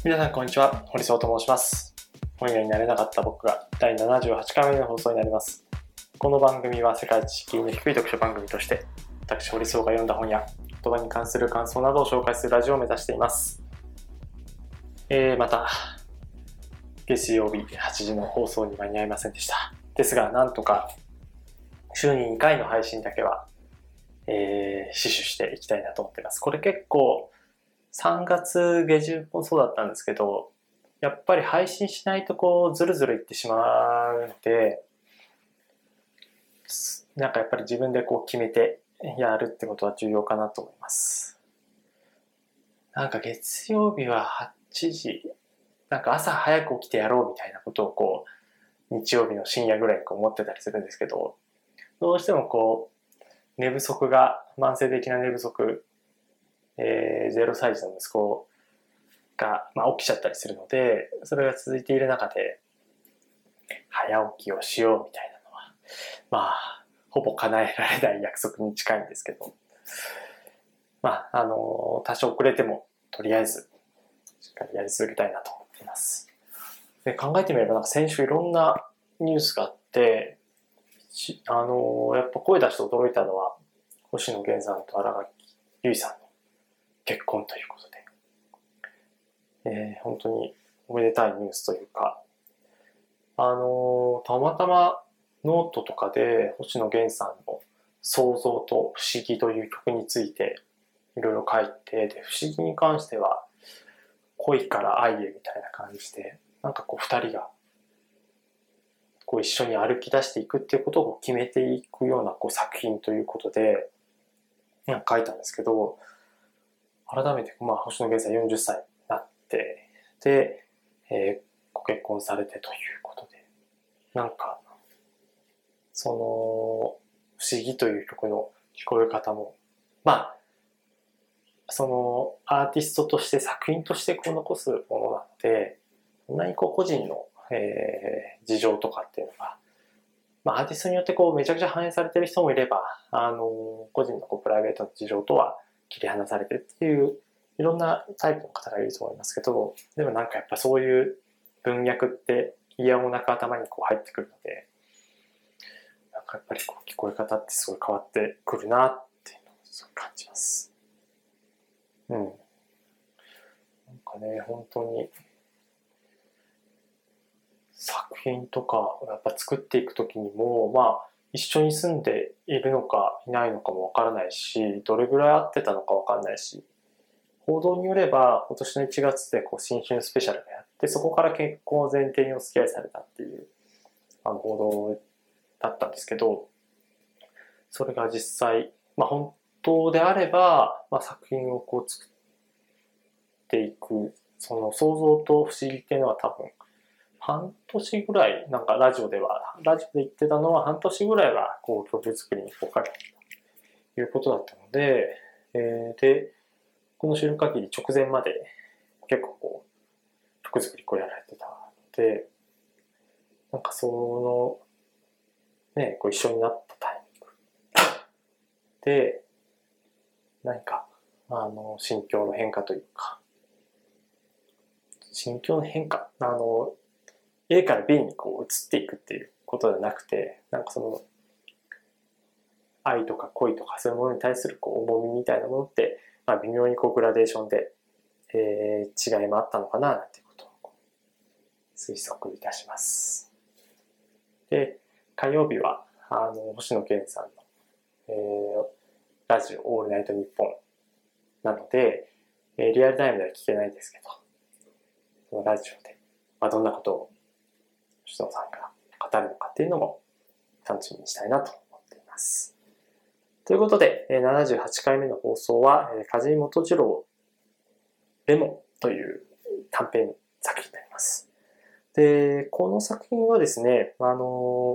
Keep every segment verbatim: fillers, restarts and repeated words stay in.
皆さんこんにちは、堀荘と申します。本屋になれなかった僕がだいななじゅうはちかいめの放送になります。この番組は世界一敷居の低い読書番組として、私堀荘が読んだ本や言葉に関する感想などを紹介するラジオを目指しています。えー、また月曜日はちじの放送に間に合いませんでした。ですが、なんとか週ににかいの配信だけは、えー、死守していきたいなと思っています。これ結構さんがつ下旬もそうだったんですけど、やっぱり配信しないとこうズルズルいってしまうので、なんかやっぱり自分でこう決めてやるってことは重要かなと思います。なんか月曜日ははちじ、なんか朝早く起きてやろうみたいなことをこう日曜日の深夜ぐらいにこう思ってたりするんですけど、どうしてもこう寝不足が慢性的な寝不足、えー、ゼロさい児の息子が、まあ、起きちゃったりするので、それが続いている中で早起きをしようみたいなのはまあほぼ叶えられない約束に近いんですけど、まああの多少遅れてもとりあえずしっかりやり続けたいなと思っています。で、考えてみればなんか先週いろんなニュースがあって、あのやっぱ声出して驚いたのは星野源さんと新垣結衣さんの結婚ということで、えー、本当におめでたいニュースというか、あのたまたまノートとかで星野源さんの想像と不思議という曲についていろいろ書いて、で不思議に関しては恋から愛へみたいな感じで、なんかこう二人がこう一緒に歩き出していくっていうことを決めていくようなこう作品ということでなんか書いたんですけど、改めてまあ星野源さんよんじゅっさいになってで、えー、ご結婚されてということで、なんかその不思議という曲の聞こえ方もまあそのアーティストとして作品としてこう残すものなので、そんなにこう個人の、えー、事情とかっていうのが、まあ、アーティストによってこうめちゃくちゃ反映されてる人もいれば、あの個人のこうプライベートの事情とは切り離されてっていういろんなタイプの方がいると思いますけど、でもなんかやっぱそういう文脈っていやおなく頭にこう入ってくるので、なんかやっぱりこう聞こえ方ってすごい変わってくるなっていうのをすごい感じます。うん。なんかね、本当に作品とかやっぱ作っていくときにも、まあ一緒に住んでいるのかいないのかもわからないし、どれぐらい会ってたのかわからないし、報道によれば今年のいちがつでこう新春スペシャルがやって、そこから結婚を前提にお付き合いされたっていうあの報道だったんですけど、それが実際、まあ本当であれば、まあ、作品をこう作っていく、その想像と不思議っていうのは多分半年ぐらい、なんかラジオでは、ラジオで言ってたのは半年ぐらいはこう曲作りにこうかけたということだったので、えー、で、この知る限り直前まで結構こう曲作りこうやられてたので、なんかその、ね、こう一緒になったタイミングで、何か、あの、心境の変化というか、心境の変化、あの、A から B にこう移っていくっていうことではなくて、なんかその、愛とか恋とかそういうものに対するこう重みみたいなものって、まあ、微妙にこうグラデーションで、えー、違いもあったのかななんていうことを推測いたします。で、火曜日はあの星野源さんの、えー、ラジオオールナイトニッポンなので、えー、リアルタイムでは聞けないですけど、そのラジオで、まあ、どんなことを星野さんが語るのかっていうのも楽しみにしたいなと思っています。ということで、ななじゅうはちかいめの放送は、梶井元次郎レモンという短編作品になります。で、この作品はですね、あの、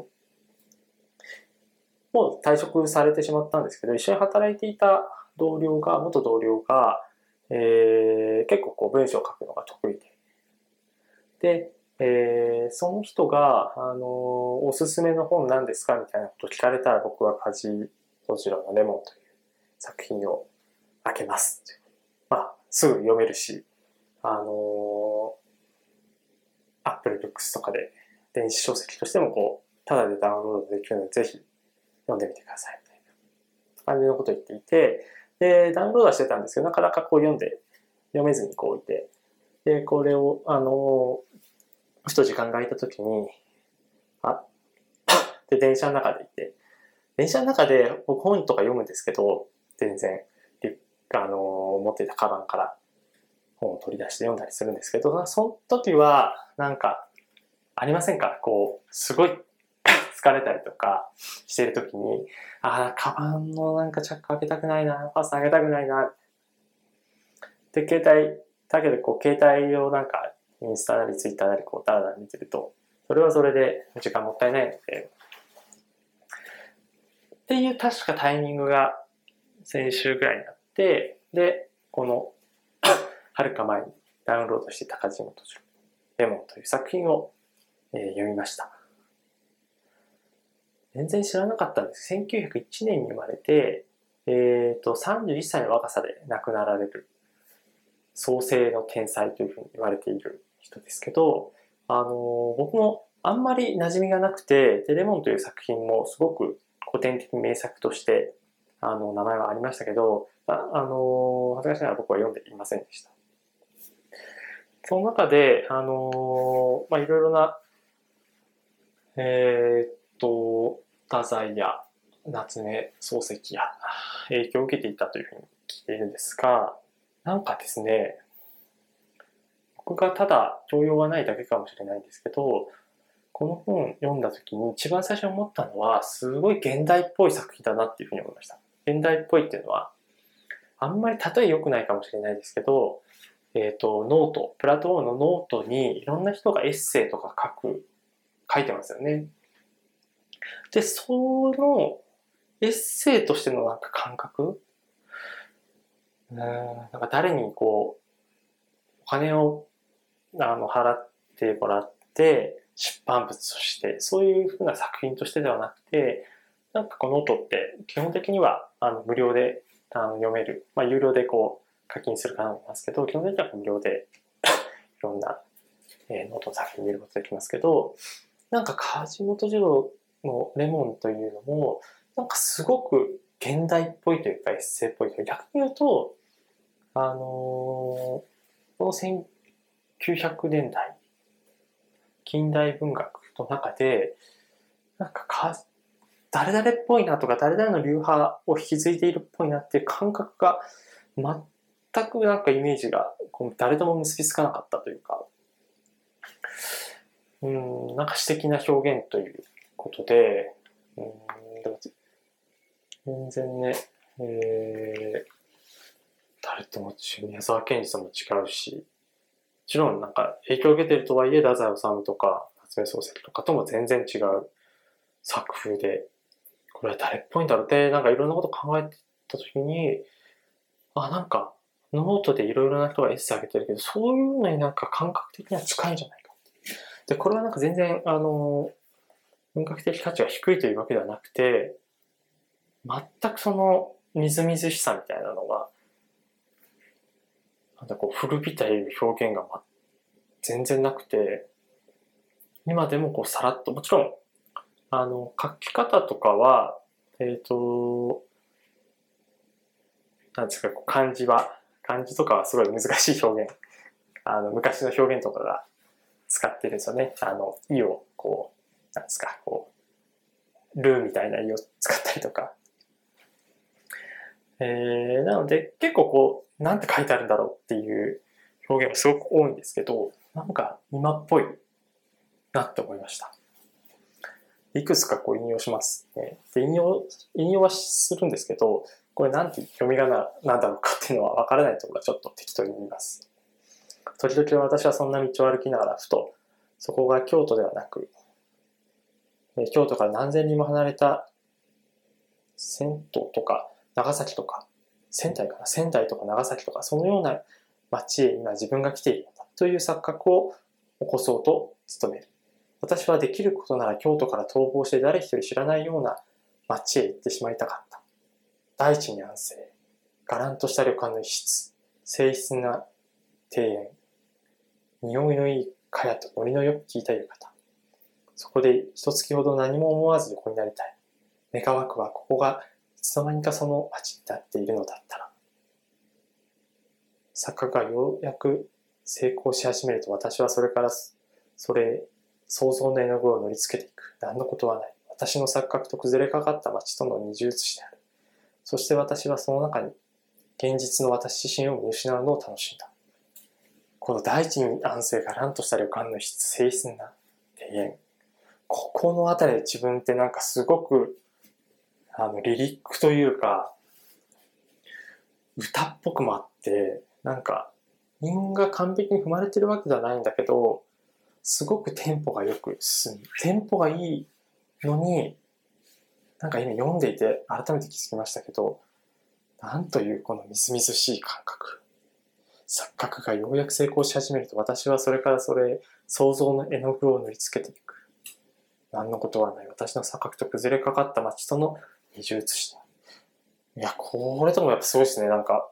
もう退職されてしまったんですけど、一緒に働いていた同僚が、元同僚が、えー、結構こう文章を書くのが得意で、で、えー、その人が、あの、おすすめの本何ですかみたいなことを聞かれたら、僕は梶井元次郎のレモンという作品を開けます。まあ、すぐ読めるし、あのックスとかで電子書籍としてもこうタダでダウンロードできるのでぜひ読んでみてくださいみたいな感じのことを言っていて、でダウンロードはしてたんですけどなかなかこう読んで読めずにこういて、でこれをあのふと時間が空いた時にあで電車の中でいて、電車の中で僕本とか読むんですけど、全然あの持っていたカバンから本を取り出して読んだりするんですけど、その時はなんかありませんか、こうすごい疲れたりとかしている時に、ああカバンのなんかチャック開けたくないな、ファスナー開けたくないなで、携帯だけでこう携帯をなんかインスタなりツイッターなりこうダラダラ見てると、それはそれで時間もったいないのでっていう確かタイミングが先週ぐらいになって、でこのはるか前にダウンロードしていた梶本次郎レモンという作品を、えー、読みました。全然知らなかったんです。せんきゅうひゃくいちねんに生まれて、えー、とさんじゅういっさいの若さで亡くなられる創世の天才というふうに言われている人ですけど、あのー、僕もあんまり馴染みがなくて、でレモンという作品もすごく古典的名作としてあの名前はありましたけど、あ、あのー、恥ずかしながら僕は読んでいませんでした。その中で、あのー、まあいろいろな、えー、っと、太宰や夏目漱石や影響を受けていたというふうに聞いているんですが、なんかですね、僕がただ教養がないだけかもしれないんですけど、この本読んだ時に一番最初に思ったのは、すごい現代っぽい作品だなっていうふうに思いました。現代っぽいっていうのは、あんまり例え良くないかもしれないですけど、えっと、ノート、プラトーンのノートにいろんな人がエッセイとか書く、書いてますよね。で、そのエッセイとしてのなんか感覚、うーん、なんか誰にこう、お金をあの払ってもらって出版物として、そういうふうな作品としてではなくて、なんかこのノートって基本的にはあの無料であの読める、まあ有料でこう課金する方もいますけど、基本的には無料でいろんな、えー、ノートの作品見ることできますけど、なんか梶本次郎のレモンというのも、なんかすごく現代っぽいというかエッセイっぽいというか、逆に言うと、あのー、このせんきゅうひゃくねんだい、近代文学の中で、なんかか、誰々っぽいなとか、誰々の流派を引き継いでいるっぽいなっていう感覚が、全くなんかイメージがこう誰とも結びつかなかったというか、うん、なんか詩的な表現ということで、うん、でも全然ね、えー、誰とも違う、宮沢賢治さんも違うし、もちろんなんか影響を受けているとはいえ、太宰治とか夏目漱石とかとも全然違う作風で、これは誰っぽいんだろうって、なんかいろんなこと考えてたときに、あ、なんかノートでいろいろな人がエッセイ上げてるけど、そういうのになんか感覚的には近いんじゃないか。で、これはなんか全然、あの、文学的価値が低いというわけではなくて、全くそのみずみずしさみたいなのが、なんだこう古びたいう表現が全然なくて、今でもこうさらっと、もちろん、あの、書き方とかは、えっと、なんですか、漢字は、漢字とかはすごい難しい表現、あの、昔の表現とかが使ってるんですよね。あの、意を、こう、なんですか、こう、ルーみたいな意を使ったりとか。えー、なので、結構こう、なんて書いてあるんだろうっていう表現がすごく多いんですけど、なんか今っぽいなって思いました。いくつかこう引用しますね。で引用、引用はするんですけど、これなんて読み仮名なんだろうかっていうのは分からないところはちょっと適当に言います。時々私はそんな道を歩きながらふと、そこが京都ではなく、京都から何千里も離れた銭湯とか長崎とか、仙台かな、仙台とか長崎とか、そのような町へ今自分が来ているのだという錯覚を起こそうと努める。私はできることなら京都から逃亡して誰一人知らないような町へ行ってしまいたかった。大地に安静、がらんとした旅館の一室、静筆な庭園、匂いのいいかやとノリのよく聞いた浴衣。そこで一月ほど何も思わず横になりたい。願わくはここがいつの間にかその街になっているのだったら。作家がようやく成功し始めると私はそれからそれ想像の絵の具を塗りつけていく。何のことはない。私の錯覚と崩れかかった街との二重写しである。そして私はその中に現実の私自身を見失うのを楽しんだ。この大地に安静がらんとした旅館の質、清純な庭園。ここのあたりで自分ってなんかすごくあのリリックというか歌っぽくもあって、なんか韻が完璧に踏まれてるわけではないんだけど、すごくテンポがよく進む。テンポがいいのに、なんか今読んでいて改めて気づきましたけど、なんというこのみずみずしい感覚。錯覚がようやく成功し始めると、私はそれからそれ、想像の絵の具を塗りつけていく。何のことはない。私の錯覚と崩れかかった街との二重写しだ。いや、これともやっぱすごいですね。なんか、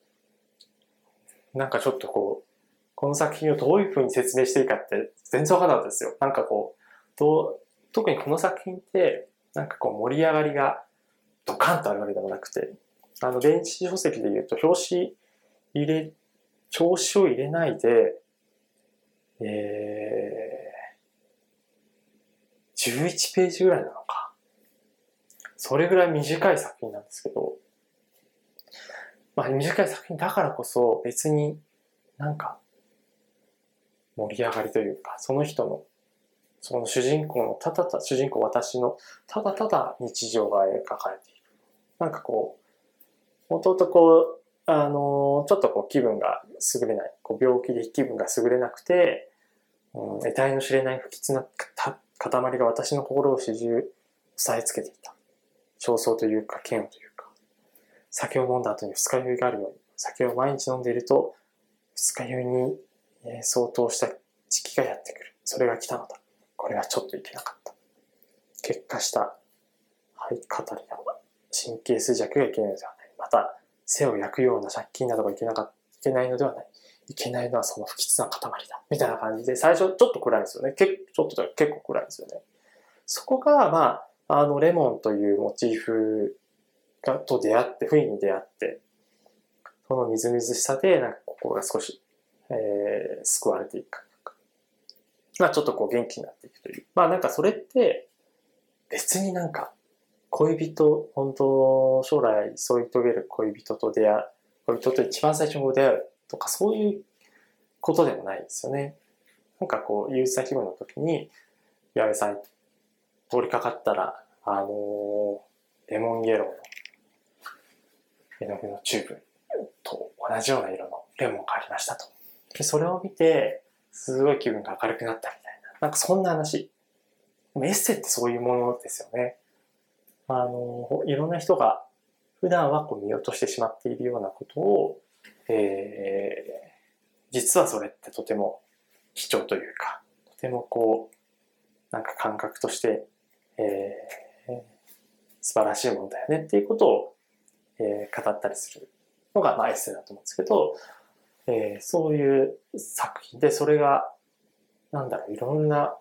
なんかちょっとこう、この作品をどういう風に説明していいかって全然わからなかったですよ。なんかこう、どう特にこの作品って、なんかこう盛り上がりがドカンとあるわけでもなくて、あの、電子書籍で言うと、表紙入れ、調子を入れないで、えー、じゅういちページぐらいなのか。それぐらい短い作品なんですけど、まあ短い作品だからこそ別になんか盛り上がりというか、その人の、その主人公のただただ、主人公私のただただ日常が描かれている。なんかこう、もともとこう、あの、ちょっとこう気分が優れない、こう病気で気分が優れなくて、うん、得体の知れない不吉な塊が私の心を始終押さえつけていた。焦燥というか、嫌悪というか、酒を飲んだ後に二日酔いがあるように、酒を毎日飲んでいると、二日酔いに相当した時期がやってくる。それが来たのだ。これはちょっといけなかった。結果した、はい、語りだ。神経衰弱がいけないのではない。また、背を焼くような借金などがいけなかった、いけないのではない。いけないのはその不吉な塊だ。みたいな感じで、最初ちょっと暗いんですよね。結ちょっと結構暗いんですよね。そこが、まあ、あの、レモンというモチーフがと出会って、不意に出会って、そのみずみずしさで、なんか心が少し、えー、救われていく。まあちょっとこう元気になっていくという。まあなんかそれって別になんか恋人、本当将来添い遂げる恋人と出会う、恋人と一番最初に出会うとかそういうことでもないですよね。なんかこう憂鬱な気分の時に八重さん通りかかったら、あのー、レモンイエローの絵の具のチューブと同じような色のレモンがありましたと。でそれを見て、すごい気分が明るくなったみたいな。なんかそんな話。エッセイってそういうものですよね。あの、いろんな人が普段はこう見落としてしまっているようなことを、えー、実はそれってとても貴重というか、とてもこう、なんか感覚として、えー、素晴らしいものだよねっていうことを、えー、語ったりするのが、まあ、エッセイだと思うんですけど、えー、そういう作品で、それが、なんだろう、いろんな、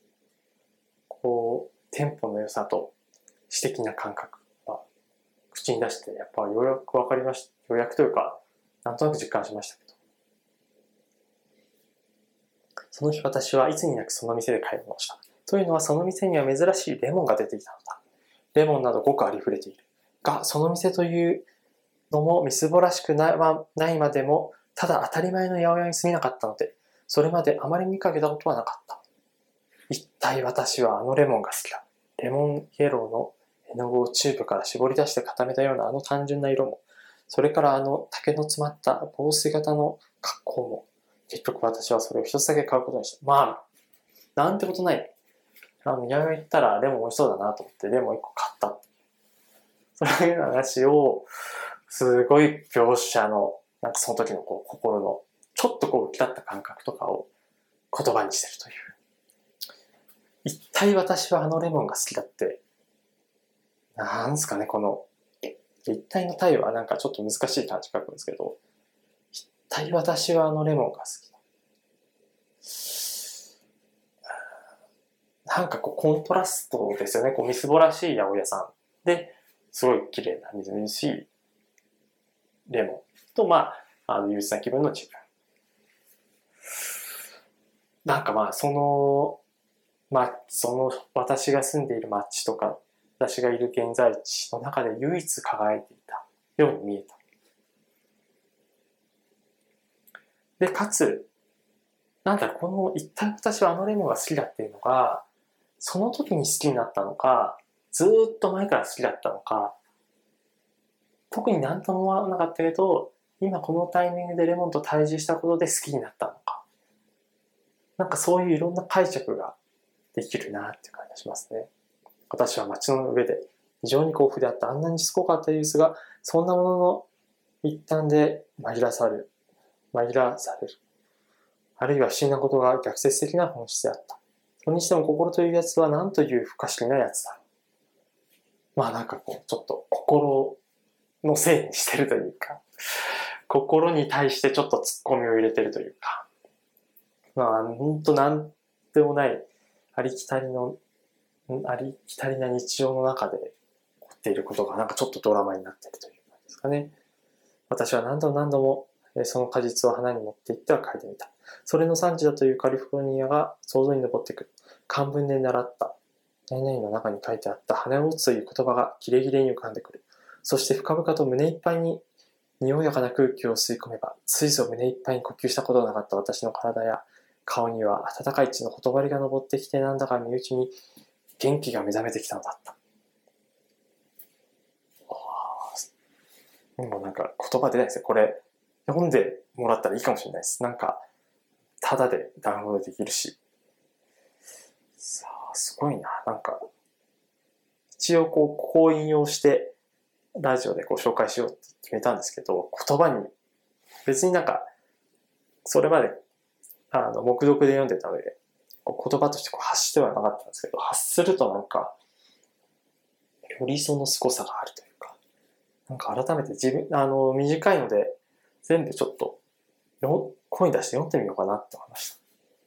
こう、テンポの良さと詩的な感覚は、口に出して、やっぱようやくわかりました。ようやくというか、なんとなく実感しましたけど。その日私はいつになくその店で買い物をした。というのはその店には珍しいレモンが出てきたのだ。レモンなどごくありふれている。が、その店というのもみすぼらしくないまでも、ただ当たり前の八百屋に過ぎなかったので、それまであまり見かけたことはなかった。一体私はあのレモンが好きだ。レモンイエローの絵の具をチューブから絞り出して固めたようなあの単純な色も、それからあの竹の詰まった防水型の格好も、結局私はそれを一つだけ買うことにした。まあ、なんてことない。あの、八百屋行ったらレモン美味しそうだなと思ってレモン一個買った。そういう話を、すごい描写の、なんかその時のこう心の、ちょっとこう浮き立った感覚とかを言葉にしてるという。一体私はあのレモンが好きだって、なんすかね、この、一体の体はなんかちょっと難しい漢字書くんですけど、一体私はあのレモンが好きだ。 なんかこうコントラストですよね。こうみすぼらしい八百屋さんで、すごい綺麗なみずみずしいレモンと、まあ、あの憂鬱な気分の自分。なんかまあ、その、まあ、その私が住んでいる街とか、私がいる現在地の中で唯一輝いていたように見えた。で、かつ、なんだ、この一体私はあのレモンが好きだっていうのが、その時に好きになったのか、ずーっと前から好きだったのか、特になんとも思わなかったけど、今このタイミングでレモンと対峙したことで好きになったのか。なんかそういういろんな解釈ができるなっていう感じがしますね。私は街の上で非常に幸福であった、あんなにしつこかったユースが、そんなものの一端で紛らされる。紛らわされる。あるいは不思議なことが逆説的な本質であった。それにしても心というやつは何という不可思議なやつだ。まあなんかこう、ちょっと心のせいにしてるというか、心に対してちょっと突っ込みを入れてるというか、まあほんとなんでもないありきたりの、ありきたりな日常の中で起こっていることがなんかちょっとドラマになっているというかですかね。私は何度も何度もその果実を花に持って行っては嗅いでみた。それの産地だというカリフォルニアが想像に上ってくる。漢文で習った何々の中に書いてあった羽を打つという言葉がキレキレに浮かんでくる。そして深々と胸いっぱいに匂やかな空気を吸い込めば、ついぞ胸いっぱいに呼吸したことのなかった私の体や顔には温かい血のほとばりが昇ってきて、なんだか身内に元気が目覚めてきたのだった。もうなんか言葉出ないですよ。これ読んでもらったらいいかもしれないです。なんかタダでダウンロードできるし。さあ、すごいな。なんか一応こう、ここを引用してラジオでこう紹介しようって決めたんですけど、言葉に別になんかそれまであの目読で読んでたので、こう言葉としてこう発してはなかったんですけど、発するとなんかよりその凄さがあるというか、なんか改めて自分、あの短いので全部ちょっと声に出して読んでみようかなって思いました。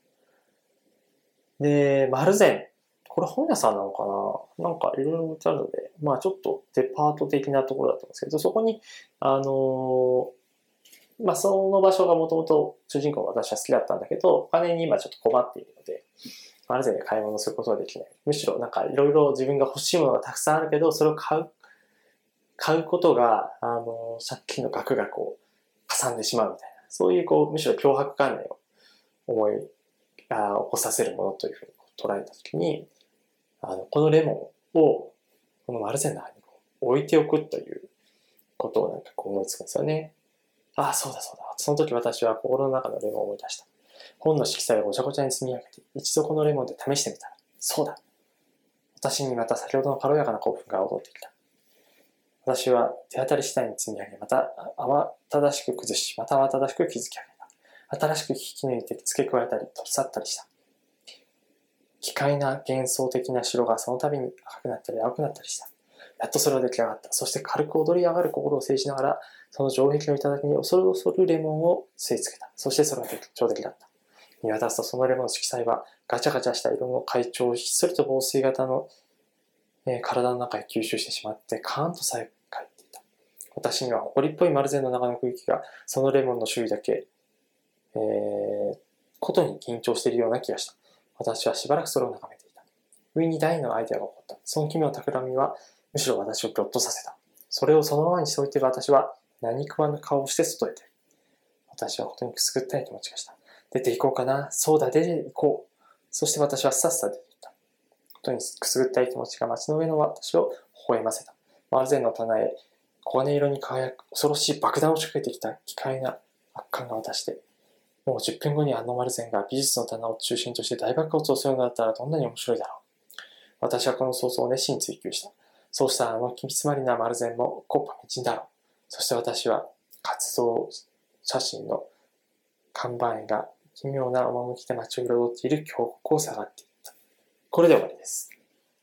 で、マルゼン。これ本屋さんなのかな、なんかいろいろ置いてあるので、まあちょっとデパート的なところだったんですけど、そこに、あのー、まあその場所がもともと主人公が私は好きだったんだけど、お金に今ちょっと困っているので、マルゼンで買い物することはできない。むしろなんかいろいろ自分が欲しいものがたくさんあるけど、それを買う、買うことが、あのー、借金の額がこう、かさんでしまうみたいな、そういうこう、むしろ脅迫観念を思い、あ起こさせるものというふうに捉えたときに、あの、このレモンを、このマルゼンの中に置いておくということをなんかこう思いつくんですよね。ああ、そうだそうだ。その時私は心の中のレモンを思い出した。本の色彩をごちゃごちゃに積み上げて、一度このレモンで試してみたら、そうだ。私にまた先ほどの軽やかな興奮が戻ってきた。私は手当たり次第に積み上げ、また慌ただしく崩し、また慌ただしく築き上げた。新しく引き抜いて付け加えたり、取り去ったりした。奇怪な幻想的な城がその度に赤くなったり青くなったりした。やっとそれは出来上がった。そして軽く踊り上がる心を制しながら、その城壁の頂に恐る恐るレモンを吸い付けた。そしてそれは上出来だった。見渡すとそのレモンの色彩はガチャガチャした色の階調をひっそりと防水型の、えー、体の中へ吸収してしまって、カーンとさえ返っていた。私には埃っぽいマルゼンの中の空気がそのレモンの周囲だけ、えー、ことに緊張しているような気がした。私はしばらくそれを眺めていた。上に第二のアイデアが起こった。その奇妙な企みは、むしろ私をぎょっとさせた。それをそのままにしておいて私は何食わぬ顔をして外へ出る。私はことにくすぐったい気持ちがした。出て行こうかな。そうだ、出て行こう。そして私はさっさと出て行った。ことにくすぐったい気持ちが街の上の私を微笑ませた。マルゼンの棚へ黄金色に輝く恐ろしい爆弾を仕掛けてきた奇怪な圧巻が渡して、もうじゅっぷんごにあのマルゼンが美術の棚を中心として大爆発をするのだったらどんなに面白いだろう。私はこの想像を熱心に追求した。そうしたあの気詰まりなマルゼンも木っ端みじんだろう。そして私は活動写真の看板絵が奇妙な趣で街を彩っている峡谷を探っていった。これで終わりです。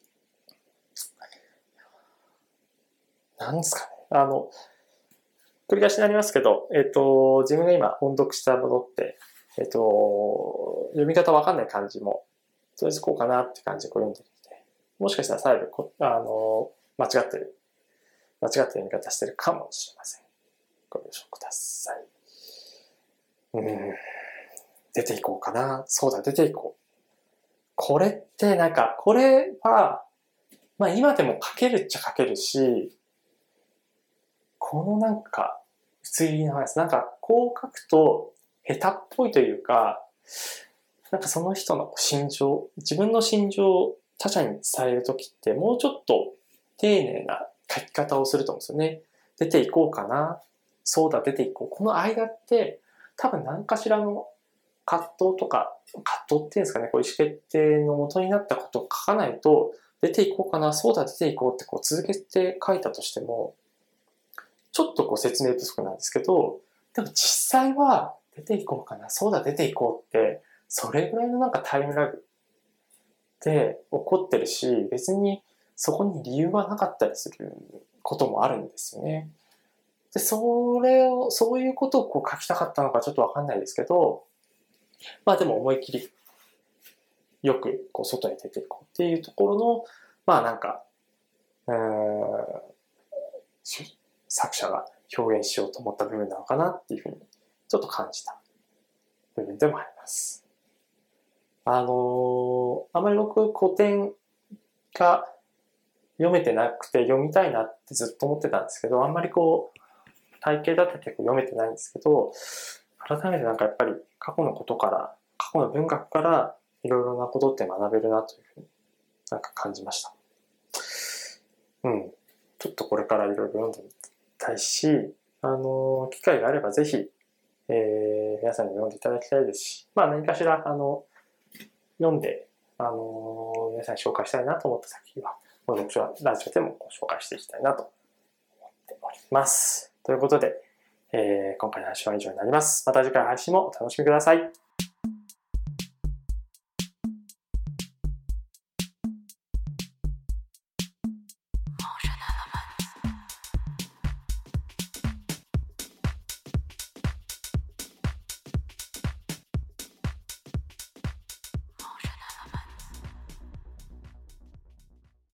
なんですかね。あの、繰り返しになりますけど、えっと、自分が今音読したものって、えっと、読み方わかんない漢字もとりあえずこうかなって感じでこう読んでみて、もしかしたら最後こ、あの、間違ってる、間違った読み方してるかもしれません。ご了承ください。うん。出ていこうかな。そうだ、出ていこう。これってなんか、これは、まあ今でも書けるっちゃ書けるし、このなんか、移りの話、なんかこう書くと下手っぽいというか、なんかその人の心情、自分の心情を他者に伝えるときってもうちょっと丁寧な書き方をすると思うんですよね。出ていこうかな。そうだ、出ていこう。この間って多分何かしらの葛藤とか、葛藤っていうんですかね、こう意思決定の元になったことを書かないと、出ていこうかな、そうだ、出ていこうってこう続けて書いたとしても、ちょっとこう説明不足なんですけど、でも実際は出ていこうかな、そうだ、出ていこうって、それぐらいのなんかタイムラグで起こってるし、別にそこに理由はなかったりすることもあるんですよね。で、それを、そういうことをこう書きたかったのかちょっとわかんないですけど、まあでも思いっきりよくこう外に出ていこうっていうところの、まあなんか、うーん、作者が表現しようと思った部分なのかなっていうふうにちょっと感じた部分でもあります。あのー、あまり僕古典が読めてなくて読みたいなってずっと思ってたんですけど、あんまりこう体系立てて読めてないんですけど、改めてなんかやっぱり過去のことから、過去の文学からいろいろなことって学べるなというふうになんか感じました。うん。ちょっとこれからいろいろ読んでみたいし、あのー、機会があればぜひ、えー、皆さんに読んでいただきたいですし、まあ何かしら、あの、読んで、あのー、皆さんに紹介したいなと思った作品は、この読書ラジオでも紹介していきたいなと思っております。ということで、えー、今回の配信は以上になります。また次回の配信もお楽しみください。